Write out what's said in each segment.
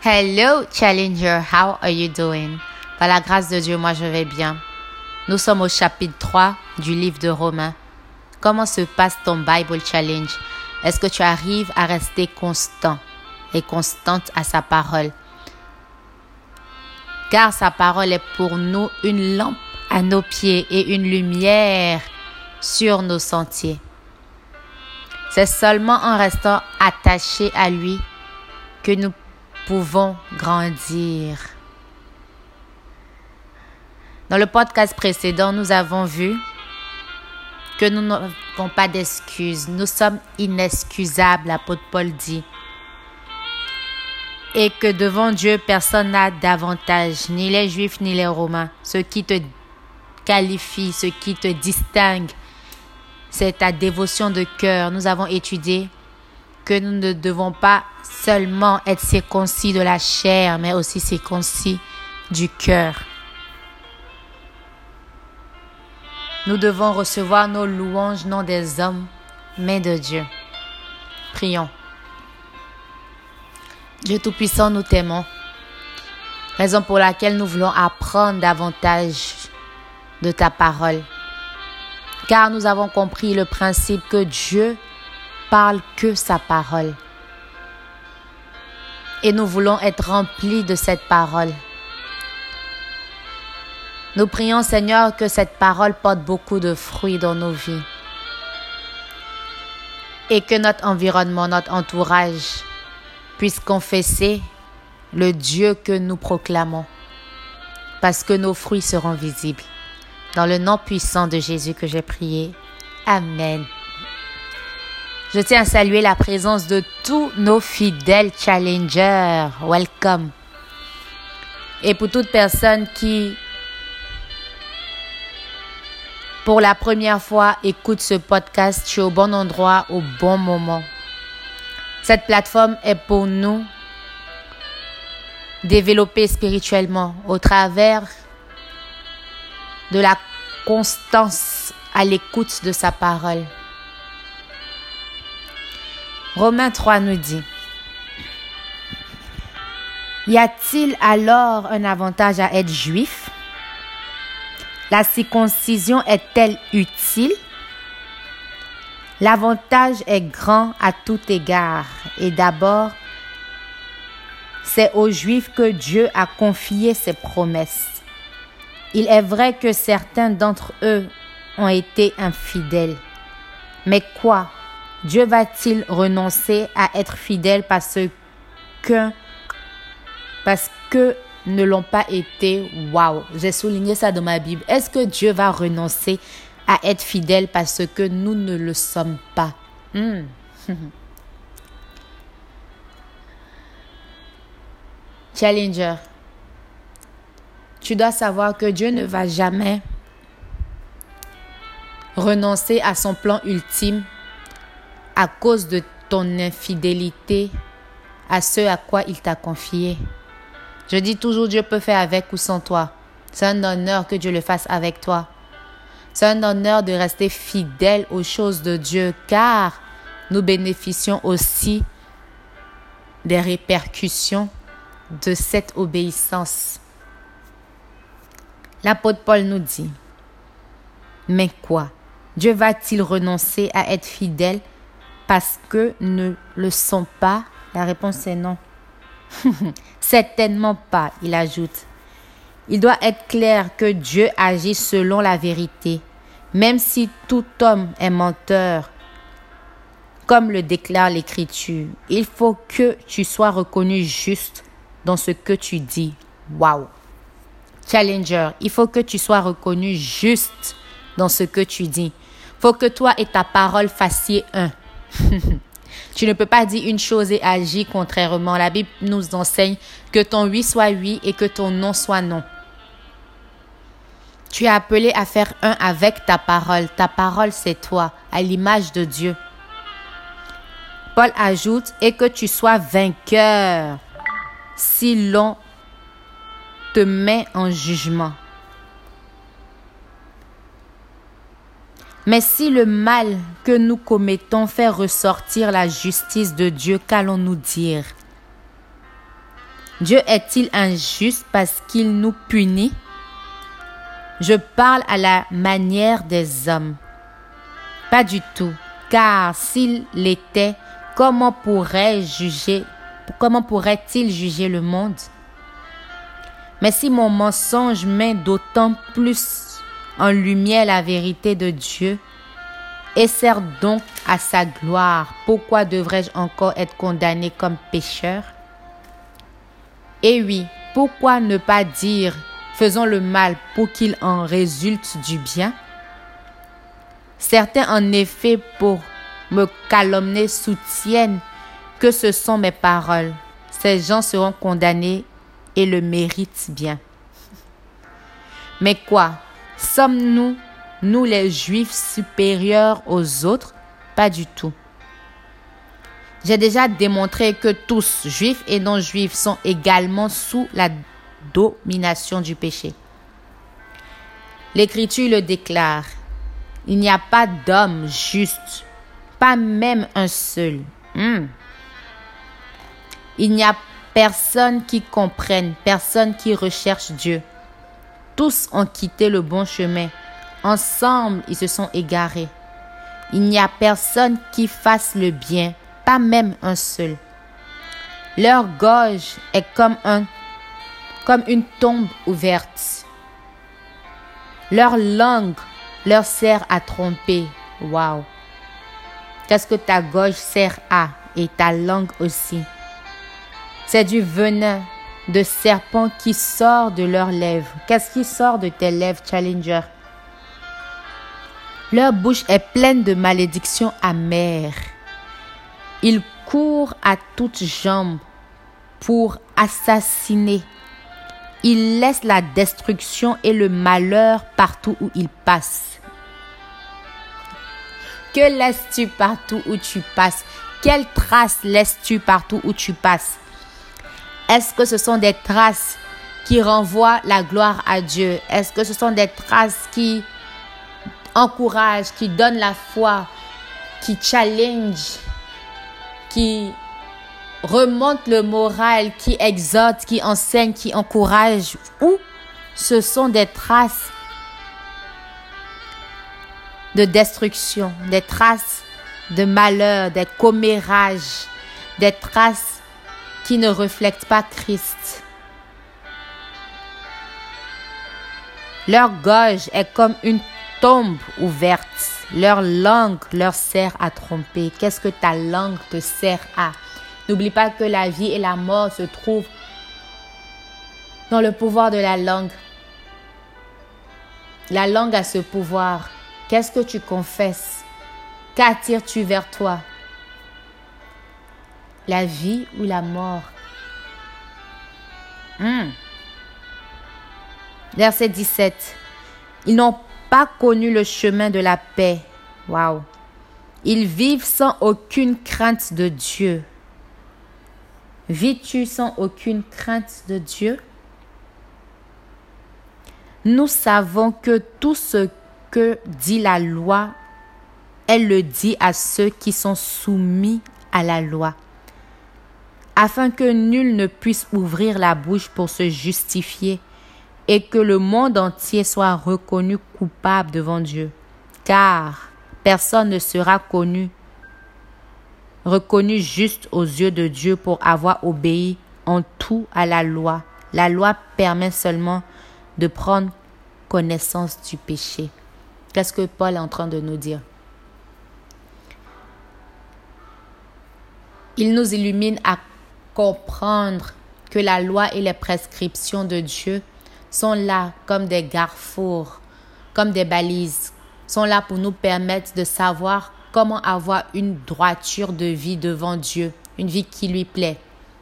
Hello Challenger, how are you doing? Par la grâce de Dieu, moi je vais bien. Nous sommes au chapitre 3 du livre de Romains. Comment se passe ton Bible Challenge? Est-ce que tu arrives à rester constant et constante à sa parole? Car sa parole est pour nous une lampe à nos pieds et une lumière sur nos sentiers. C'est seulement en restant attachés à lui que nous pouvons grandir. Dans le podcast précédent, nous avons vu que nous n'avons pas d'excuses. Nous sommes inexcusables, l'apôtre Paul dit. Et que devant Dieu, personne n'a d'avantage, ni les Juifs, ni les Romains. Ce qui te qualifie, ce qui te distingue, c'est ta dévotion de cœur. Nous avons étudié que nous ne devons pas seulement être circoncis de la chair, mais aussi circoncis du cœur. Nous devons recevoir nos louanges non des hommes, mais de Dieu. Prions. Dieu Tout-Puissant, nous t'aimons. Raison pour laquelle nous voulons apprendre davantage de ta parole. Car nous avons compris le principe que Dieu parle que sa parole. Et nous voulons être remplis de cette parole. Nous prions, Seigneur, que cette parole porte beaucoup de fruits dans nos vies. Et que notre environnement, notre entourage puisse confesser le Dieu que nous proclamons. Parce que nos fruits seront visibles. Dans le nom puissant de Jésus que j'ai prié. Amen. Je tiens à saluer la présence de tous nos fidèles challengers. Welcome. Et pour toute personne qui, pour la première fois, écoute ce podcast, tu es au bon endroit, au bon moment. Cette plateforme est pour nous développer spirituellement au travers de la constance à l'écoute de sa parole. Romains 3 nous dit: y a-t-il alors un avantage à être juif? La circoncision est-elle utile? L'avantage est grand à tout égard. Et d'abord, c'est aux Juifs que Dieu a confié ses promesses. Il est vrai que certains d'entre eux ont été infidèles. Mais quoi? Dieu va-t-il renoncer à être fidèle parce que ne l'ont pas été? Waouh, j'ai souligné ça dans ma Bible. Est-ce que Dieu va renoncer à être fidèle parce que nous ne le sommes pas? Challenger, tu dois savoir que Dieu ne va jamais renoncer à son plan ultime à cause de ton infidélité à ce à quoi il t'a confié. Je dis toujours, Dieu peut faire avec ou sans toi. C'est un honneur que Dieu le fasse avec toi. C'est un honneur de rester fidèle aux choses de Dieu, car nous bénéficions aussi des répercussions de cette obéissance. L'apôtre Paul nous dit: mais quoi? Dieu va-t-il renoncer à être fidèle parce que ne le sont pas? La réponse est non. Certainement pas, il ajoute. Il doit être clair que Dieu agit selon la vérité, même si tout homme est menteur, comme le déclare l'Écriture. Il faut que tu sois reconnu juste dans ce que tu dis. Wow. Challenger, il faut que tu sois reconnu juste dans ce que tu dis. Il faut que toi et ta parole fassiez un. Tu ne peux pas dire une chose et agir contrairement. La Bible nous enseigne que ton oui soit oui et que ton non soit non. Tu es appelé à faire un avec ta parole. Ta parole, c'est toi, à l'image de Dieu. Paul ajoute: et que tu sois vainqueur si l'on te met en jugement. Mais si le mal que nous commettons fait ressortir la justice de Dieu, qu'allons-nous dire? Dieu est-il injuste parce qu'il nous punit? Je parle à la manière des hommes. Pas du tout, car s'il l'était, comment pourrait-il juger le monde? Mais si mon mensonge met d'autant plus en lumière la vérité de Dieu et sert donc à sa gloire, pourquoi devrais-je encore être condamné comme pécheur? Et oui, pourquoi ne pas dire « faisons le mal pour qu'il en résulte du bien » ? Certains, en effet, pour me calomnier, soutiennent que ce sont mes paroles. Ces gens seront condamnés et le méritent bien. Mais quoi? Sommes-nous, nous les Juifs, supérieurs aux autres? Pas du tout. J'ai déjà démontré que tous, Juifs et non-Juifs, sont également sous la domination du péché. L'Écriture le déclare. Il n'y a pas d'homme juste, pas même un seul. Il n'y a personne qui comprenne, personne qui recherche Dieu. Tous ont quitté le bon chemin. Ensemble, ils se sont égarés. Il n'y a personne qui fasse le bien, pas même un seul. Leur gorge est comme une tombe ouverte. Leur langue leur sert à tromper. Waouh! Qu'est-ce que ta gorge sert à et ta langue aussi? C'est du venin de serpent qui sort de leurs lèvres. Qu'est-ce qui sort de tes lèvres, Challenger? Leur bouche est pleine de malédictions amères. Ils courent à toutes jambes pour assassiner. Ils laissent la destruction et le malheur partout où ils passent. Que laisses-tu partout où tu passes? Quelles traces laisses-tu partout où tu passes? Est-ce que ce sont des traces qui renvoient la gloire à Dieu? Est-ce que ce sont des traces qui encouragent, qui donnent la foi, qui challenge, qui remontent le moral, qui exhortent, qui enseignent, qui encouragent? Ou ce sont des traces de destruction, des traces de malheur, des commérages, des traces qui ne reflètent pas Christ? Leur gorge est comme une tombe ouverte. Leur langue leur sert à tromper. Qu'est-ce que ta langue te sert à? N'oublie pas que la vie et la mort se trouvent dans le pouvoir de la langue. La langue a ce pouvoir. Qu'est-ce que tu confesses? Qu'attires-tu vers toi? La vie ou la mort? Verset 17. Ils n'ont pas connu le chemin de la paix. Waouh. Ils vivent sans aucune crainte de Dieu. Vis-tu sans aucune crainte de Dieu? Nous savons que tout ce que dit la loi, elle le dit à ceux qui sont soumis à la loi, afin que nul ne puisse ouvrir la bouche pour se justifier et que le monde entier soit reconnu coupable devant Dieu. Car personne ne sera reconnu juste aux yeux de Dieu pour avoir obéi en tout à la loi. La loi permet seulement de prendre connaissance du péché. Qu'est-ce que Paul est en train de nous dire? Il nous illumine à comprendre que la loi et les prescriptions de Dieu sont là comme des garde-fours, comme des balises, sont là pour nous permettre de savoir comment avoir une droiture de vie devant Dieu, une vie qui lui plaît.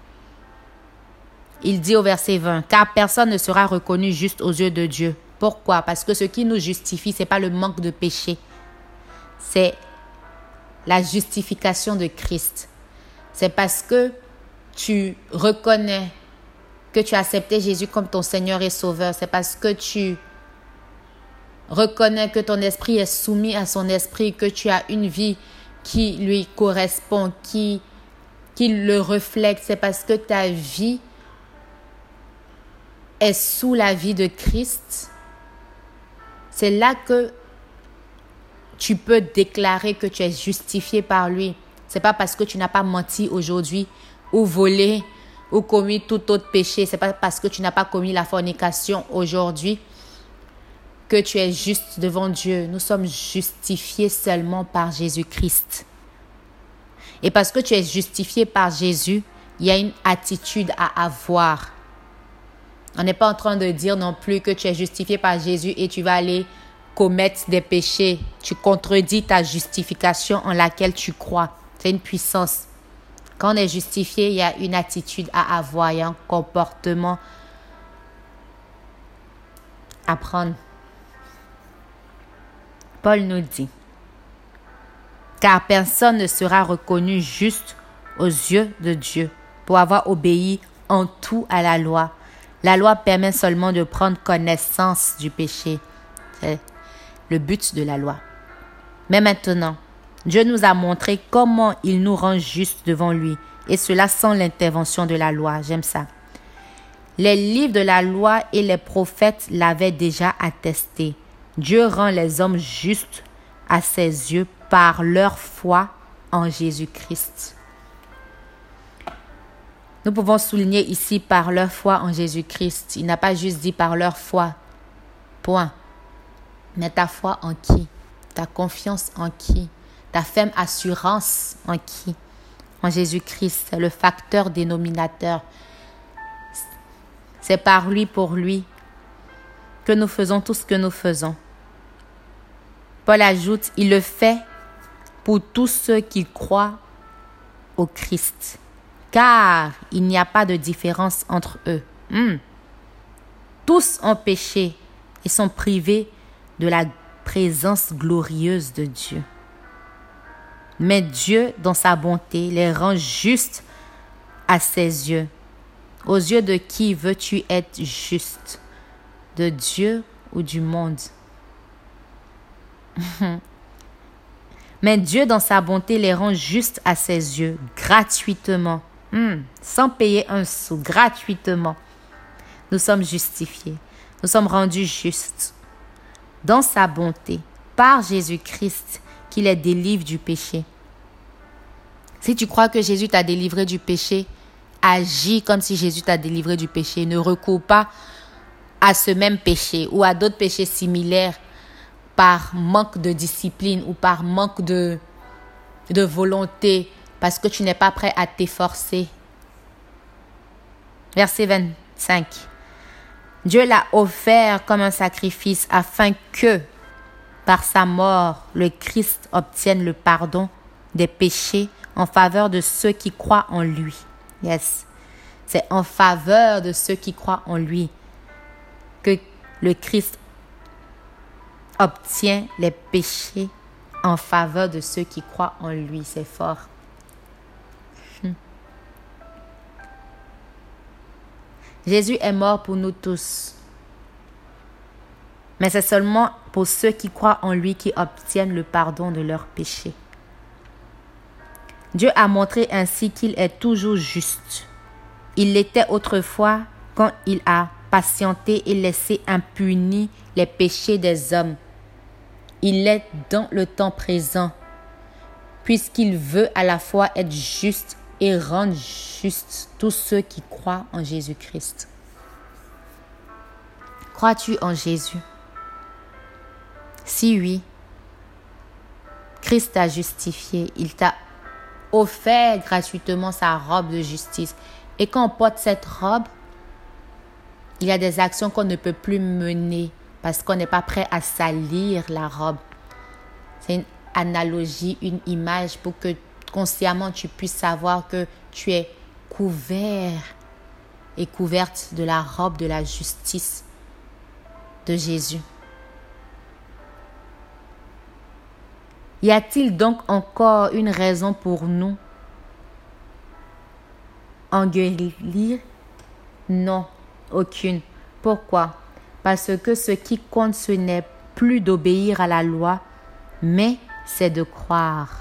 Il dit au verset 20, « Car personne ne sera reconnu juste aux yeux de Dieu. » Pourquoi? Parce que ce qui nous justifie, ce n'est pas le manque de péché. C'est la justification de Christ. C'est parce que tu reconnais que tu as accepté Jésus comme ton Seigneur et Sauveur. C'est parce que tu reconnais que ton esprit est soumis à son esprit, que tu as une vie qui lui correspond, qui le reflète. C'est parce que ta vie es sous la vie de Christ, c'est là que tu peux déclarer que tu es justifié par lui. Ce n'est pas parce que tu n'as pas menti aujourd'hui ou volé ou commis tout autre péché. Ce n'est pas parce que tu n'as pas commis la fornication aujourd'hui que tu es juste devant Dieu. Nous sommes justifiés seulement par Jésus-Christ. Et parce que tu es justifié par Jésus, il y a une attitude à avoir. On n'est pas en train de dire non plus que tu es justifié par Jésus et tu vas aller commettre des péchés. Tu contredis ta justification en laquelle tu crois. C'est une puissance. Quand on est justifié, il y a une attitude à avoir, il y a un comportement à prendre. Paul nous dit, car personne ne sera reconnu juste aux yeux de Dieu pour avoir obéi en tout à la loi. La loi permet seulement de prendre connaissance du péché. C'est le but de la loi. Mais maintenant, Dieu nous a montré comment il nous rend justes devant lui, et cela sans l'intervention de la loi. J'aime ça. Les livres de la loi et les prophètes l'avaient déjà attesté. Dieu rend les hommes justes à ses yeux par leur foi en Jésus-Christ. Nous pouvons souligner ici par leur foi en Jésus-Christ. Il n'a pas juste dit par leur foi. Point. Mais ta foi en qui? Ta confiance en qui? Ta ferme assurance en qui? En Jésus-Christ. C'est le facteur dénominateur. C'est par lui, pour lui, que nous faisons tout ce que nous faisons. Paul ajoute, il le fait pour tous ceux qui croient au Christ. Car il n'y a pas de différence entre eux. Tous ont péché et sont privés de la présence glorieuse de Dieu. Mais Dieu, dans sa bonté, les rend justes à ses yeux. Aux yeux de qui veux-tu être juste? De Dieu ou du monde? Mais Dieu, dans sa bonté, les rend justes à ses yeux, gratuitement, sans payer un sou, gratuitement. Nous sommes justifiés, nous sommes rendus justes dans sa bonté, par Jésus-Christ, qui les délivre du péché. Si tu crois que Jésus t'a délivré du péché, agis comme si Jésus t'a délivré du péché. Ne recours pas à ce même péché ou à d'autres péchés similaires par manque de discipline ou par manque de volonté, parce que tu n'es pas prêt à t'efforcer. Verset 25. Dieu l'a offert comme un sacrifice afin que, par sa mort, le Christ obtienne le pardon des péchés en faveur de ceux qui croient en lui. Yes. C'est en faveur de ceux qui croient en lui que le Christ obtient les péchés en faveur de ceux qui croient en lui. C'est fort. Jésus est mort pour nous tous. Mais c'est seulement pour ceux qui croient en lui qui obtiennent le pardon de leurs péchés. Dieu a montré ainsi qu'il est toujours juste. Il l'était autrefois quand il a patienté et laissé impunis les péchés des hommes. Il l'est dans le temps présent, puisqu'il veut à la fois être juste et rendre juste tous ceux qui croient en Jésus-Christ. Crois-tu en Jésus? Si oui, Christ t'a justifié, il t'a offert gratuitement sa robe de justice. Et quand on porte cette robe, il y a des actions qu'on ne peut plus mener parce qu'on n'est pas prêt à salir la robe. C'est une analogie, une image pour que consciemment tu puisses savoir que tu es couvert et couverte de la robe de la justice de Jésus. Y a-t-il donc encore une raison pour nous engueulir? Non, aucune. Pourquoi? Parce que ce qui compte, ce n'est plus d'obéir à la loi, mais c'est de croire.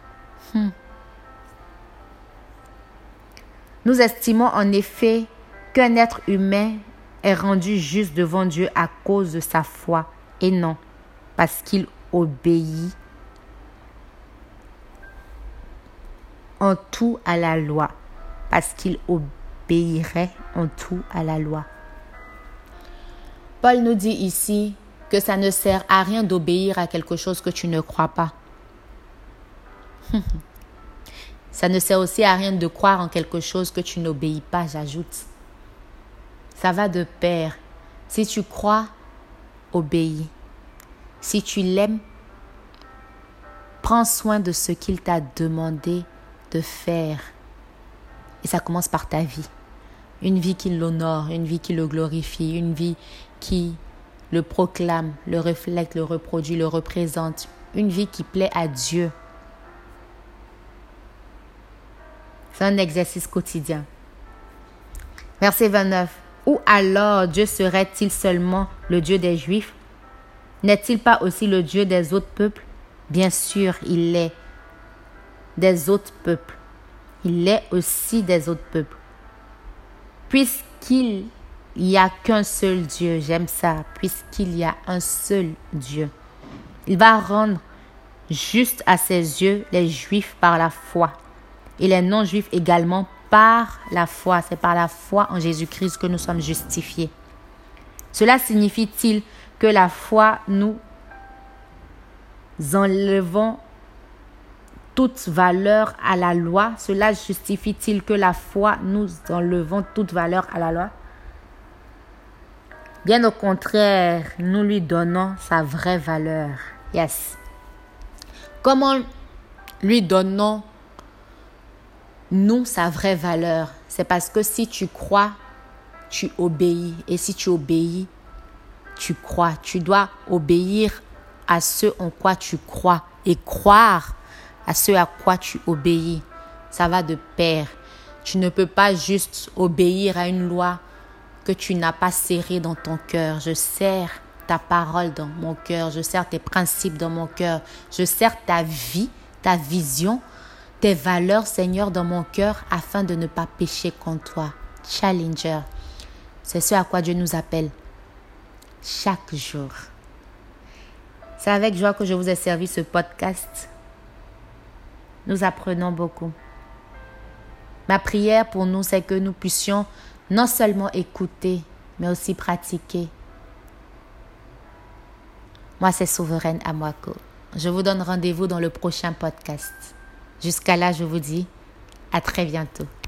Nous estimons en effet qu'un être humain est rendu juste devant Dieu à cause de sa foi, et non parce qu'il obéit en tout à la loi, parce qu'il obéirait en tout à la loi. Paul nous dit ici que ça ne sert à rien d'obéir à quelque chose que tu ne crois pas. Ça ne sert aussi à rien de croire en quelque chose que tu n'obéis pas, j'ajoute. Ça va de pair. Si tu crois, obéis. Si tu l'aimes, prends soin de ce qu'il t'a demandé de faire. Et ça commence par ta vie. Une vie qui l'honore, une vie qui le glorifie, une vie qui le proclame, le reflète, le reproduit, le représente. Une vie qui plaît à Dieu. C'est un exercice quotidien. Verset 29. Ou alors Dieu serait-il seulement le Dieu des Juifs? N'est-il pas aussi le Dieu des autres peuples? Bien sûr, il est des autres peuples. Il est aussi des autres peuples. Puisqu'il n'y a qu'un seul Dieu, j'aime ça, puisqu'il y a un seul Dieu, il va rendre juste à ses yeux les Juifs par la foi et les non-Juifs également par la foi. C'est par la foi en Jésus-Christ que nous sommes justifiés. Cela signifie-t-il que la foi, nous enlevons toute valeur à la loi? Cela justifie-t-il que la foi, nous enlevons toute valeur à la loi? Bien au contraire, nous lui donnons sa vraie valeur. Yes. Comment lui donnons-nous sa vraie valeur? C'est parce que si tu crois, tu obéis. Et si tu obéis, tu crois. Tu dois obéir à ce en quoi tu crois et croire à ce à quoi tu obéis. Ça va de pair. Tu ne peux pas juste obéir à une loi que tu n'as pas serrée dans ton cœur. Je serre ta parole dans mon cœur. Je serre tes principes dans mon cœur. Je serre ta vie, ta vision, tes valeurs, Seigneur, dans mon cœur afin de ne pas pécher contre toi. Challenger. C'est ce à quoi Dieu nous appelle chaque jour. C'est avec joie que je vous ai servi ce podcast. Nous apprenons beaucoup. Ma prière pour nous, c'est que nous puissions non seulement écouter, mais aussi pratiquer. Moi, c'est Souveraine Amwako. Je vous donne rendez-vous dans le prochain podcast. Jusqu'à là, je vous dis à très bientôt.